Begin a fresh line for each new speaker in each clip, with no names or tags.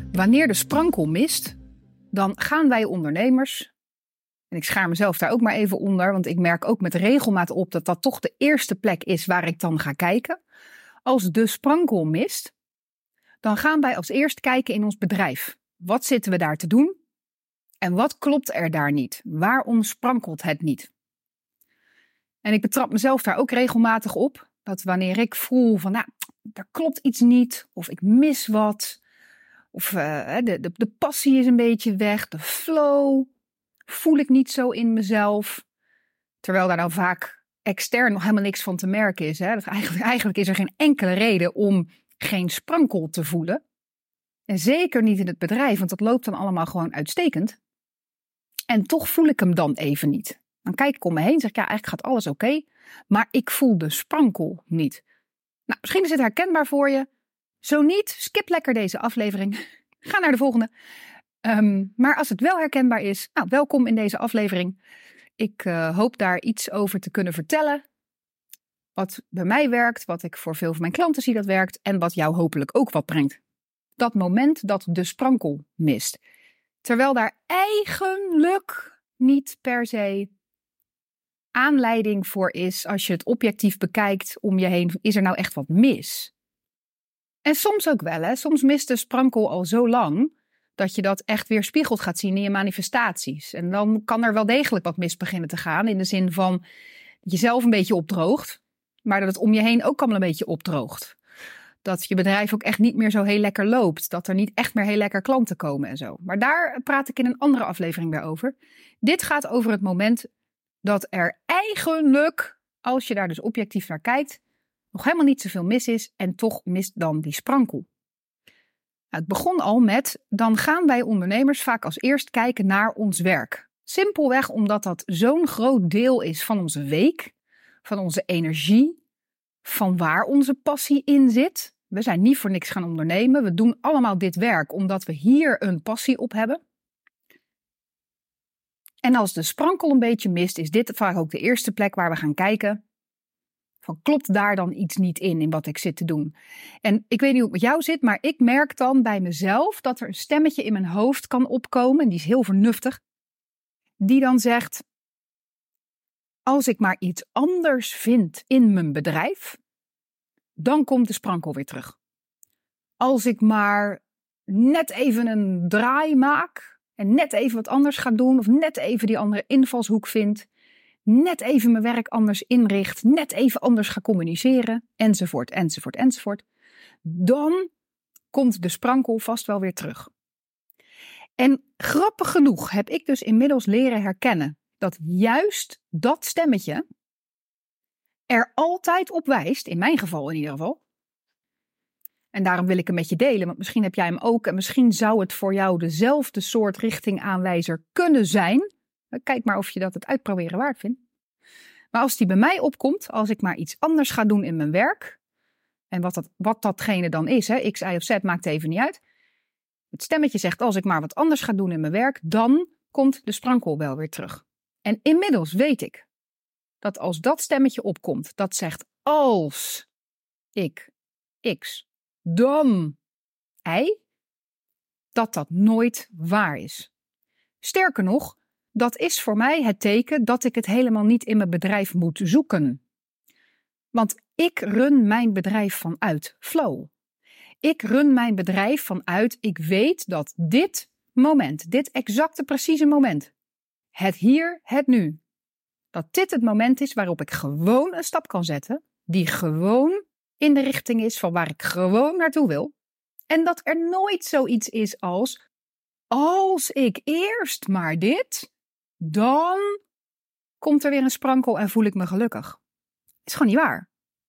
Wanneer de sprankel mist, dan gaan wij ondernemers, en ik schaar mezelf daar ook maar even onder, want ik merk ook met regelmaat op dat dat toch de eerste plek is waar ik dan ga kijken. Als de sprankel mist, dan gaan wij als eerst kijken in ons bedrijf. Wat zitten we daar te doen? En wat klopt er daar niet? Waarom sprankelt het niet? En ik betrap mezelf daar ook regelmatig op, dat wanneer ik voel van, daar klopt iets niet, of ik mis wat, of de passie is een beetje weg, de flow voel ik niet zo in mezelf. Terwijl daar dan vaak extern nog helemaal niks van te merken is. Hè? Dat eigenlijk is er geen enkele reden om geen sprankel te voelen. En zeker niet in het bedrijf, want dat loopt dan allemaal gewoon uitstekend. En toch voel ik hem dan even niet. Dan kijk ik om me heen en zeg ik, eigenlijk gaat alles oké, maar ik voel de sprankel niet. Nou, misschien is het herkenbaar voor je. Zo niet, skip lekker deze aflevering. Ga naar de volgende. Maar als het wel herkenbaar is, welkom in deze aflevering. Ik hoop daar iets over te kunnen vertellen. Wat bij mij werkt, wat ik voor veel van mijn klanten zie dat werkt en wat jou hopelijk ook wat brengt. Dat moment dat de sprankel mist. Terwijl daar eigenlijk niet per se aanleiding voor is, als je het objectief bekijkt om je heen, is er nou echt wat mis? En soms ook wel, hè? Soms mist de sprankel al zo lang dat je dat echt weer spiegeld gaat zien in je manifestaties. En dan kan er wel degelijk wat mis beginnen te gaan, in de zin van dat je zelf een beetje opdroogt, maar dat het om je heen ook allemaal een beetje opdroogt. Dat je bedrijf ook echt niet meer zo heel lekker loopt, dat er niet echt meer heel lekker klanten komen en zo. Maar daar praat ik in een andere aflevering weer over. Dit gaat over het moment dat er eigenlijk, als je daar dus objectief naar kijkt, nog helemaal niet zoveel mis is en toch mist dan die sprankel. Het begon al met, dan gaan wij ondernemers vaak als eerst kijken naar ons werk. Simpelweg omdat dat zo'n groot deel is van onze week, van onze energie, van waar onze passie in zit. We zijn niet voor niks gaan ondernemen. We doen allemaal dit werk omdat we hier een passie op hebben. En als de sprankel een beetje mist, is dit vaak ook de eerste plek waar we gaan kijken. Van, klopt daar dan iets niet in wat ik zit te doen? En ik weet niet hoe het met jou zit, maar ik merk dan bij mezelf dat er een stemmetje in mijn hoofd kan opkomen. En die is heel vernuftig. Die dan zegt, als ik maar iets anders vind in mijn bedrijf, dan komt de sprankel weer terug. Als ik maar net even een draai maak en net even wat anders ga doen, of net even die andere invalshoek vind, net even mijn werk anders inricht, net even anders ga communiceren, enzovoort, enzovoort, enzovoort, dan komt de sprankel vast wel weer terug. En grappig genoeg heb ik dus inmiddels leren herkennen dat juist dat stemmetje er altijd op wijst, in mijn geval in ieder geval. En daarom wil ik hem met je delen, want misschien heb jij hem ook en misschien zou het voor jou dezelfde soort richtingaanwijzer kunnen zijn. Kijk maar of je dat het uitproberen waard vindt. Maar als die bij mij opkomt, als ik maar iets anders ga doen in mijn werk, en wat datgene dan is, hè, X, Y of Z, maakt even niet uit. Het stemmetje zegt, als ik maar wat anders ga doen in mijn werk, dan komt de sprankel wel weer terug. En inmiddels weet ik dat als dat stemmetje opkomt, dat zegt, als ik X, dan Y, dat nooit waar is. Sterker nog, dat is voor mij het teken dat ik het helemaal niet in mijn bedrijf moet zoeken. Want ik run mijn bedrijf vanuit flow. Ik run mijn bedrijf vanuit, ik weet dat dit moment, dit exacte precieze moment, het hier, het nu, dat dit het moment is waarop ik gewoon een stap kan zetten, die gewoon in de richting is van waar ik gewoon naartoe wil. En dat er nooit zoiets is als ik eerst maar dit, dan komt er weer een sprankel en voel ik me gelukkig. Is gewoon niet waar.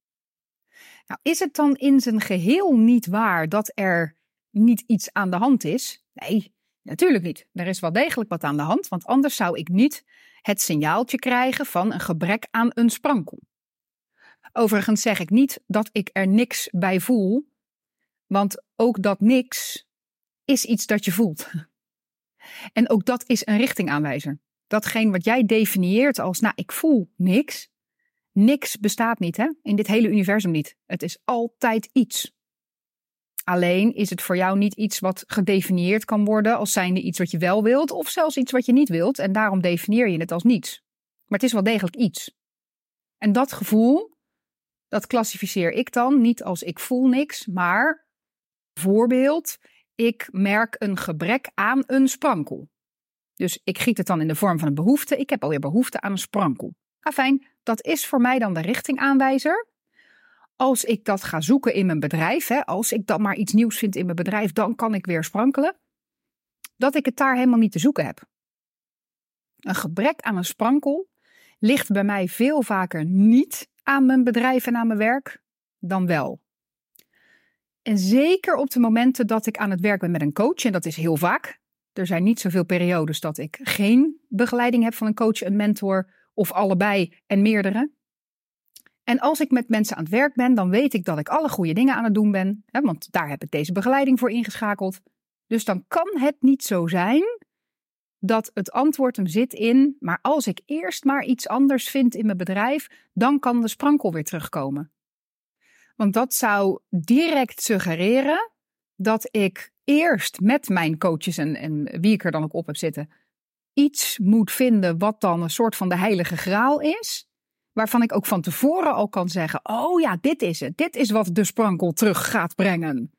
Nou, is het dan in zijn geheel niet waar dat er niet iets aan de hand is? Nee, natuurlijk niet. Er is wel degelijk wat aan de hand, want anders zou ik niet het signaaltje krijgen van een gebrek aan een sprankel. Overigens zeg ik niet dat ik er niks bij voel, want ook dat niks is iets dat je voelt. En ook dat is een richtingaanwijzer. Datgene wat jij definieert als, ik voel niks. Niks bestaat niet, hè? In dit hele universum niet. Het is altijd iets. Alleen is het voor jou niet iets wat gedefinieerd kan worden als zijnde iets wat je wel wilt of zelfs iets wat je niet wilt en daarom definieer je het als niets. Maar het is wel degelijk iets. En dat gevoel, dat klassificeer ik dan niet als ik voel niks, maar bijvoorbeeld, ik merk een gebrek aan een sprankel. Dus ik giet het dan in de vorm van een behoefte. Ik heb alweer behoefte aan een sprankel. Fijn, dat is voor mij dan de richtingaanwijzer. Als ik dat ga zoeken in mijn bedrijf, als ik dan maar iets nieuws vind in mijn bedrijf, dan kan ik weer sprankelen. Dat ik het daar helemaal niet te zoeken heb. Een gebrek aan een sprankel ligt bij mij veel vaker niet aan mijn bedrijf en aan mijn werk dan wel. En zeker op de momenten dat ik aan het werk ben met een coach, en dat is heel vaak. Er zijn niet zoveel periodes dat ik geen begeleiding heb van een coach, een mentor of allebei en meerdere. En als ik met mensen aan het werk ben, dan weet ik dat ik alle goede dingen aan het doen ben. Want daar heb ik deze begeleiding voor ingeschakeld. Dus dan kan het niet zo zijn dat het antwoord hem zit in, maar als ik eerst maar iets anders vind in mijn bedrijf, dan kan de sprankel weer terugkomen. Want dat zou direct suggereren dat ik eerst met mijn coaches en wie ik er dan ook op heb zitten, iets moet vinden wat dan een soort van de heilige graal is. Waarvan ik ook van tevoren al kan zeggen, oh ja, dit is het. Dit is wat de sprankel terug gaat brengen.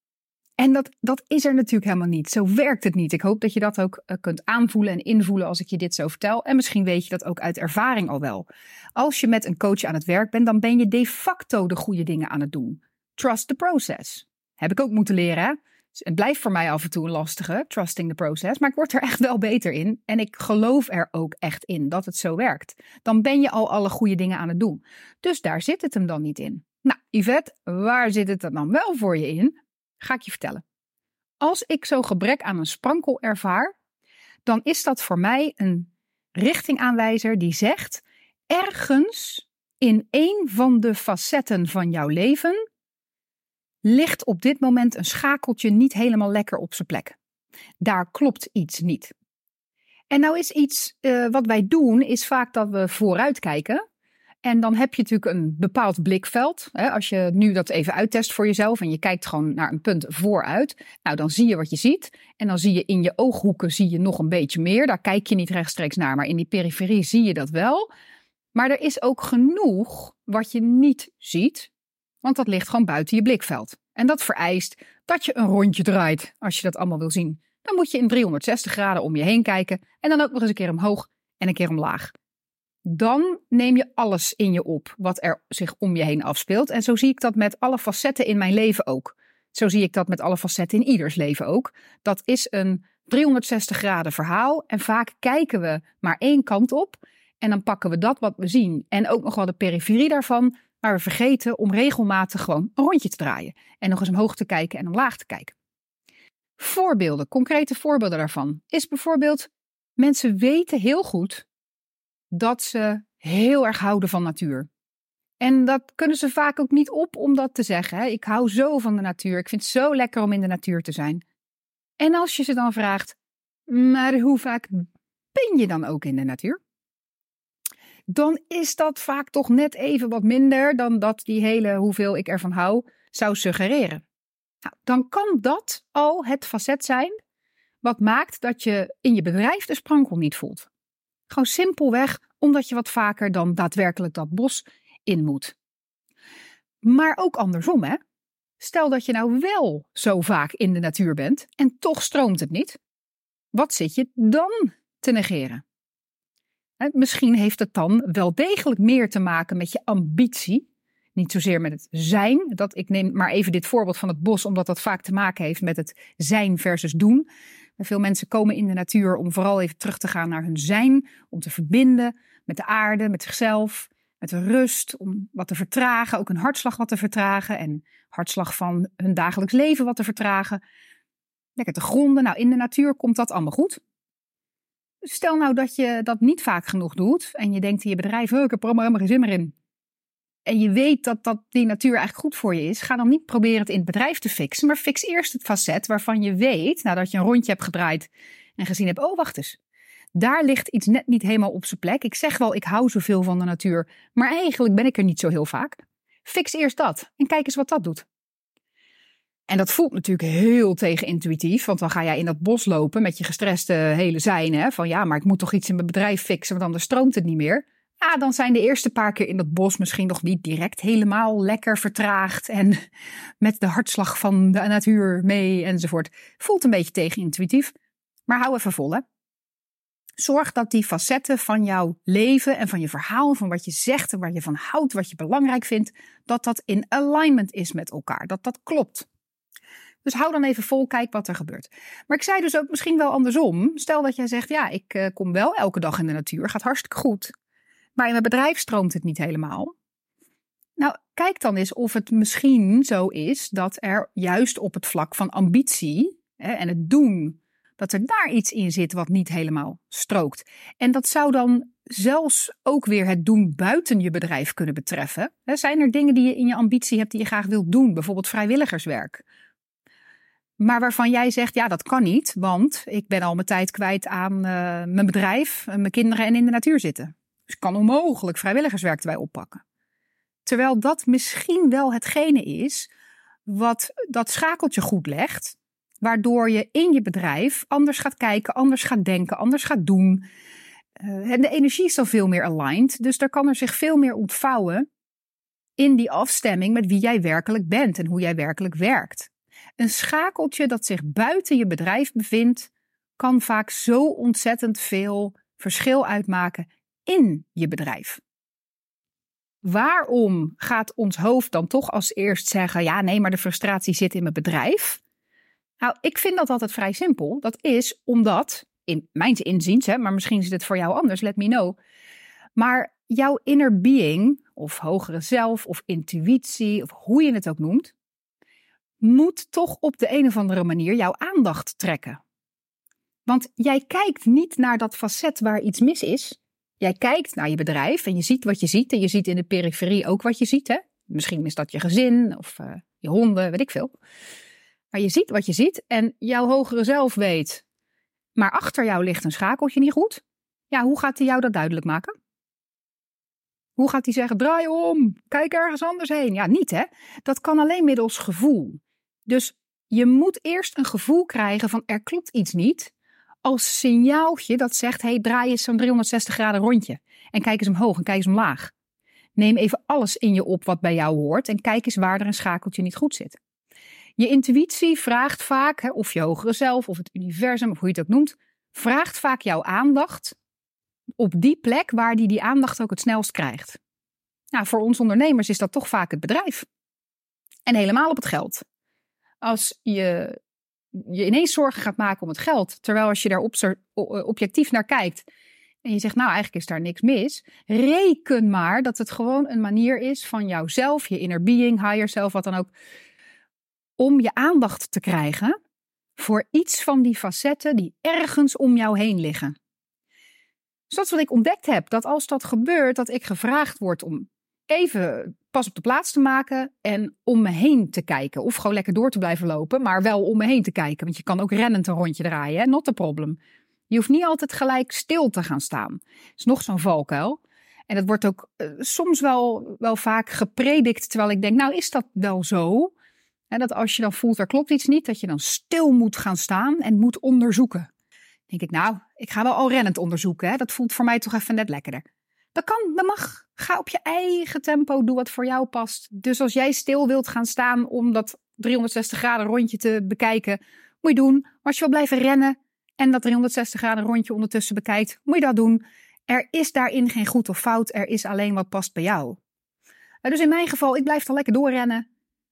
En dat is er natuurlijk helemaal niet. Zo werkt het niet. Ik hoop dat je dat ook kunt aanvoelen en invoelen als ik je dit zo vertel. En misschien weet je dat ook uit ervaring al wel. Als je met een coach aan het werk bent, dan ben je de facto de goede dingen aan het doen. Trust the process. Heb ik ook moeten leren, hè? Het blijft voor mij af en toe een lastige, trusting the process. Maar ik word er echt wel beter in. En ik geloof er ook echt in dat het zo werkt. Dan ben je al alle goede dingen aan het doen. Dus daar zit het hem dan niet in. Nou, Yvette, waar zit het er dan wel voor je in? Ga ik je vertellen. Als ik zo'n gebrek aan een sprankel ervaar, dan is dat voor mij een richtingaanwijzer die zegt, ergens in een van de facetten van jouw leven ligt op dit moment een schakeltje niet helemaal lekker op zijn plek. Daar klopt iets niet. En nou is iets wat wij doen, is vaak dat we vooruit kijken. En dan heb je natuurlijk een bepaald blikveld. Als je nu dat even uittest voor jezelf en je kijkt gewoon naar een punt vooruit. Nou, dan zie je wat je ziet. En dan zie je in je ooghoeken nog een beetje meer. Daar kijk je niet rechtstreeks naar, maar in die periferie zie je dat wel. Maar er is ook genoeg wat je niet ziet. Want dat ligt gewoon buiten je blikveld. En dat vereist dat je een rondje draait als je dat allemaal wil zien. Dan moet je in 360 graden om je heen kijken. En dan ook nog eens een keer omhoog en een keer omlaag. Dan neem je alles in je op wat er zich om je heen afspeelt. En zo zie ik dat met alle facetten in mijn leven ook. Zo zie ik dat met alle facetten in ieders leven ook. Dat is een 360 graden verhaal. En vaak kijken we maar één kant op. En dan pakken we dat wat we zien. En ook nog wel de periferie daarvan. Maar we vergeten om regelmatig gewoon een rondje te draaien. En nog eens omhoog te kijken en omlaag te kijken. Voorbeelden, concrete voorbeelden daarvan. Is bijvoorbeeld, mensen weten heel goed dat ze heel erg houden van natuur. En dat kunnen ze vaak ook niet op om dat te zeggen. Hè? Ik hou zo van de natuur. Ik vind het zo lekker om in de natuur te zijn. En als je ze dan vraagt, maar hoe vaak ben je dan ook in de natuur? Dan is dat vaak toch net even wat minder dan dat die hele hoeveel ik ervan hou zou suggereren. Nou, dan kan dat al het facet zijn wat maakt dat je in je bedrijf de sprankel niet voelt. Gewoon simpelweg omdat je wat vaker dan daadwerkelijk dat bos in moet. Maar ook andersom, hè? Stel dat je nou wel zo vaak in de natuur bent en toch stroomt het niet. Wat zit je dan te negeren? Misschien heeft het dan wel degelijk meer te maken met je ambitie. Niet zozeer met het zijn. Ik neem maar even dit voorbeeld van het bos, omdat dat vaak te maken heeft met het zijn versus doen. Veel mensen komen in de natuur om vooral even terug te gaan naar hun zijn. Om te verbinden met de aarde, met zichzelf, met de rust. Om wat te vertragen, ook een hartslag wat te vertragen. En hartslag van hun dagelijks leven wat te vertragen. Lekker te gronden. Nou, in de natuur komt dat allemaal goed. Stel nou dat je dat niet vaak genoeg doet. En je denkt in je bedrijf, ik heb er allemaal helemaal geen zin meer in. En je weet dat die natuur eigenlijk goed voor je is. Ga dan niet proberen het in het bedrijf te fixen. Maar fix eerst het facet waarvan je weet, nadat je een rondje hebt gedraaid en gezien hebt, oh wacht eens. Daar ligt iets net niet helemaal op zijn plek. Ik zeg wel, ik hou zoveel van de natuur. Maar eigenlijk ben ik er niet zo heel vaak. Fix eerst dat en kijk eens wat dat doet. En dat voelt natuurlijk heel tegenintuïtief, want dan ga jij in dat bos lopen met je gestreste hele zijn. Hè, van ja, maar ik moet toch iets in mijn bedrijf fixen, want anders stroomt het niet meer. Ja, dan zijn de eerste paar keer in dat bos misschien nog niet direct helemaal lekker vertraagd. En met de hartslag van de natuur mee enzovoort. Voelt een beetje tegenintuïtief, maar hou even vol, hè. Zorg dat die facetten van jouw leven en van je verhaal, van wat je zegt en waar je van houdt, wat je belangrijk vindt, dat dat in alignment is met elkaar, dat dat klopt. Dus hou dan even vol, kijk wat er gebeurt. Maar ik zei dus ook misschien wel andersom. Stel dat jij zegt, ja, ik kom wel elke dag in de natuur, gaat hartstikke goed. Maar in mijn bedrijf stroomt het niet helemaal. Nou, kijk dan eens of het misschien zo is dat er juist op het vlak van ambitie en het doen, dat er daar iets in zit wat niet helemaal strookt. En dat zou dan zelfs ook weer het doen buiten je bedrijf kunnen betreffen. Zijn er dingen die je in je ambitie hebt die je graag wilt doen? Bijvoorbeeld vrijwilligerswerk. Maar waarvan jij zegt, ja, dat kan niet, want ik ben al mijn tijd kwijt aan mijn bedrijf, mijn kinderen en in de natuur zitten. Dus ik kan onmogelijk vrijwilligerswerk erbij oppakken. Terwijl dat misschien wel hetgene is wat dat schakeltje goed legt, waardoor je in je bedrijf anders gaat kijken, anders gaat denken, anders gaat doen. En de energie is dan veel meer aligned, dus daar kan er zich veel meer ontvouwen in die afstemming met wie jij werkelijk bent en hoe jij werkelijk werkt. Een schakeltje dat zich buiten je bedrijf bevindt, kan vaak zo ontzettend veel verschil uitmaken in je bedrijf. Waarom gaat ons hoofd dan toch als eerst zeggen, ja, nee, maar de frustratie zit in mijn bedrijf? Nou, ik vind dat altijd vrij simpel. Dat is omdat, in mijn inziens, maar misschien zit het voor jou anders, let me know. Maar jouw inner being, of hogere zelf, of intuïtie, of hoe je het ook noemt, moet toch op de een of andere manier jouw aandacht trekken. Want jij kijkt niet naar dat facet waar iets mis is. Jij kijkt naar je bedrijf en je ziet wat je ziet. En je ziet in de periferie ook wat je ziet. Hè? Misschien is dat je gezin of je honden, weet ik veel. Maar je ziet wat je ziet en jouw hogere zelf weet. Maar achter jou ligt een schakeltje niet goed. Ja, hoe gaat hij jou dat duidelijk maken? Hoe gaat hij zeggen, draai om, kijk ergens anders heen? Ja, niet hè. Dat kan alleen middels gevoel. Dus je moet eerst een gevoel krijgen van er klopt iets niet. Als signaaltje dat zegt, hey, draai eens zo'n 360 graden rondje. En kijk eens omhoog en kijk eens omlaag. Neem even alles in je op wat bij jou hoort. En kijk eens waar er een schakeltje niet goed zit. Je intuïtie vraagt vaak, of je hogere zelf, of het universum, of hoe je het ook noemt. Vraagt vaak jouw aandacht op die plek waar die aandacht ook het snelst krijgt. Nou, voor ons ondernemers is dat toch vaak het bedrijf. En helemaal op het geld. Als je ineens zorgen gaat maken om het geld, terwijl als je daar objectief naar kijkt en je zegt, nou eigenlijk is daar niks mis, reken maar dat het gewoon een manier is van jouzelf, je inner being, higher self, wat dan ook, om je aandacht te krijgen voor iets van die facetten die ergens om jou heen liggen. Dus dat is wat ik ontdekt heb, dat als dat gebeurt, dat ik gevraagd word om even pas op de plaats te maken en om me heen te kijken. Of gewoon lekker door te blijven lopen, maar wel om me heen te kijken. Want je kan ook rennend een rondje draaien, hè? Not a problem. Je hoeft niet altijd gelijk stil te gaan staan. Dat is nog zo'n valkuil. En dat wordt ook soms wel vaak gepredikt, terwijl ik denk, nou is dat wel zo? En dat als je dan voelt, er klopt iets niet, dat je dan stil moet gaan staan en moet onderzoeken. Dan denk ik, nou, ik ga wel al rennend onderzoeken. Hè? Dat voelt voor mij toch even net lekkerder. Dat kan, dat mag. Ga op je eigen tempo, doe wat voor jou past. Dus als jij stil wilt gaan staan om dat 360 graden rondje te bekijken, moet je doen. Maar als je wil blijven rennen en dat 360 graden rondje ondertussen bekijkt, moet je dat doen. Er is daarin geen goed of fout, er is alleen wat past bij jou. Dus in mijn geval, ik blijf dan lekker doorrennen.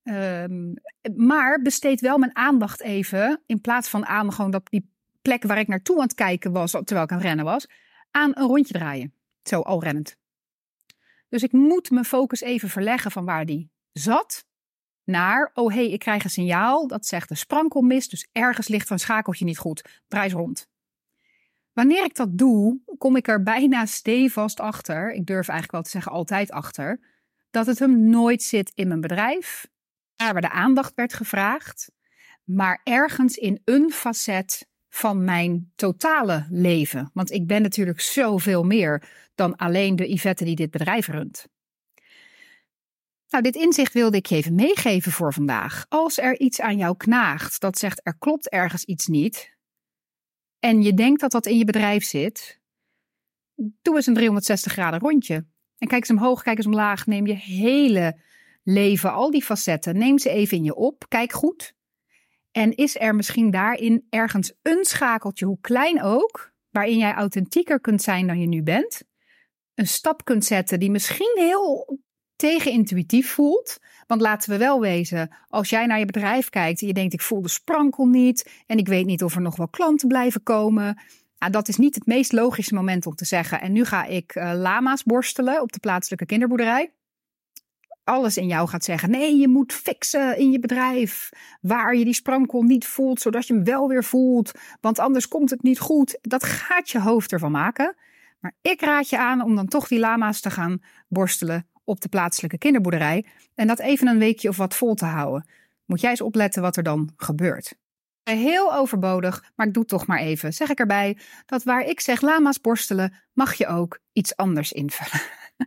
Maar besteed wel mijn aandacht even, in plaats van aan gewoon die plek waar ik naartoe aan het kijken was, terwijl ik aan het rennen was, aan een rondje draaien. Zo, al rennend. Dus ik moet mijn focus even verleggen van waar die zat, naar, oh hé, ik krijg een signaal, dat zegt een sprankel mis, dus ergens ligt een schakeltje niet goed, draai eens rond. Wanneer ik dat doe, kom ik er bijna stevast achter, ik durf eigenlijk wel te zeggen altijd achter, dat het hem nooit zit in mijn bedrijf, daar waar de aandacht werd gevraagd, maar ergens in een facet van mijn totale leven. Want ik ben natuurlijk zoveel meer dan alleen de Yvette die dit bedrijf runt. Nou, dit inzicht wilde ik je even meegeven voor vandaag. Als er iets aan jou knaagt, dat zegt er klopt ergens iets niet, en je denkt dat dat in je bedrijf zit, doe eens een 360 graden rondje. En kijk eens omhoog, kijk eens omlaag, neem je hele leven, al die facetten, neem ze even in je op, kijk goed. En is er misschien daarin ergens een schakeltje, hoe klein ook, waarin jij authentieker kunt zijn dan je nu bent? Een stap kunt zetten die misschien heel tegenintuïtief voelt. Want laten we wel wezen, als jij naar je bedrijf kijkt en je denkt ik voel de sprankel niet en ik weet niet of er nog wel klanten blijven komen. Nou, dat is niet het meest logische moment om te zeggen. En nu ga ik lama's borstelen op de plaatselijke kinderboerderij. Alles in jou gaat zeggen, nee, je moet fixen in je bedrijf waar je die sprankel niet voelt, zodat je hem wel weer voelt, want anders komt het niet goed. Dat gaat je hoofd ervan maken. Maar ik raad je aan om dan toch die lama's te gaan borstelen op de plaatselijke kinderboerderij en dat even een weekje of wat vol te houden. Moet jij eens opletten wat er dan gebeurt. Heel overbodig, maar ik doe het toch maar even. Zeg ik erbij dat waar ik zeg lama's borstelen, mag je ook iets anders invullen.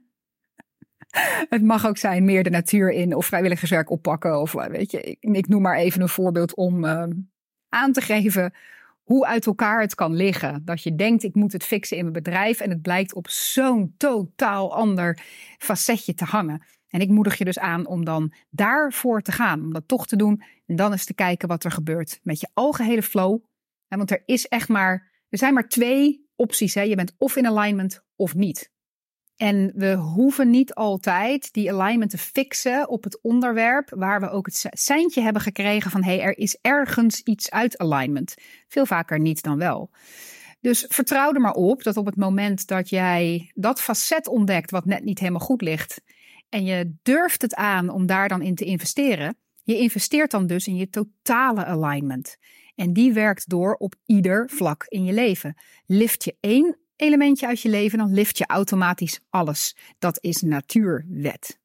Het mag ook zijn meer de natuur in of vrijwilligerswerk oppakken. Of weet je, ik noem maar even een voorbeeld om aan te geven hoe uit elkaar het kan liggen. Dat je denkt ik moet het fixen in mijn bedrijf en het blijkt op zo'n totaal ander facetje te hangen. En ik moedig je dus aan om dan daarvoor te gaan, om dat toch te doen. En dan eens te kijken wat er gebeurt met je algehele flow. Want er zijn maar 2 opties. Hè? Je bent of in alignment of niet. En we hoeven niet altijd die alignment te fixen op het onderwerp waar we ook het seintje hebben gekregen van er is ergens iets uit alignment. Veel vaker niet dan wel. Dus vertrouw er maar op dat op het moment dat jij dat facet ontdekt wat net niet helemaal goed ligt en je durft het aan om daar dan in te investeren, je investeert dan dus in je totale alignment. En die werkt door op ieder vlak in je leven. Lift je 1 elementje uit je leven, dan lift je automatisch alles. Dat is natuurwet.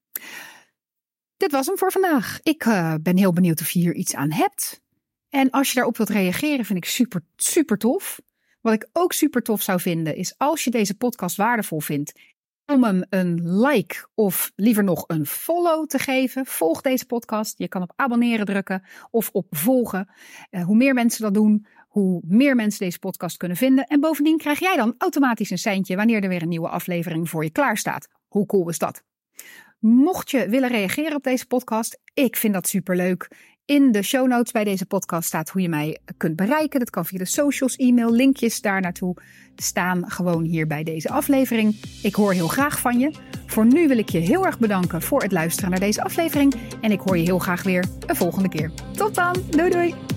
Dit was hem voor vandaag. Ik ben heel benieuwd of je hier iets aan hebt. En als je daarop wilt reageren, vind ik super, super tof. Wat ik ook super tof zou vinden, is als je deze podcast waardevol vindt, om hem een like of liever nog een follow te geven. Volg deze podcast. Je kan op abonneren drukken of op volgen. Hoe meer mensen dat doen, hoe meer mensen deze podcast kunnen vinden. En bovendien krijg jij dan automatisch een seintje wanneer er weer een nieuwe aflevering voor je klaar staat. Hoe cool is dat? Mocht je willen reageren op deze podcast, ik vind dat superleuk. In de show notes bij deze podcast staat hoe je mij kunt bereiken. Dat kan via de socials, e-mail, linkjes daar naartoe staan gewoon hier bij deze aflevering. Ik hoor heel graag van je. Voor nu wil ik je heel erg bedanken voor het luisteren naar deze aflevering. En ik hoor je heel graag weer een volgende keer. Tot dan, doei doei!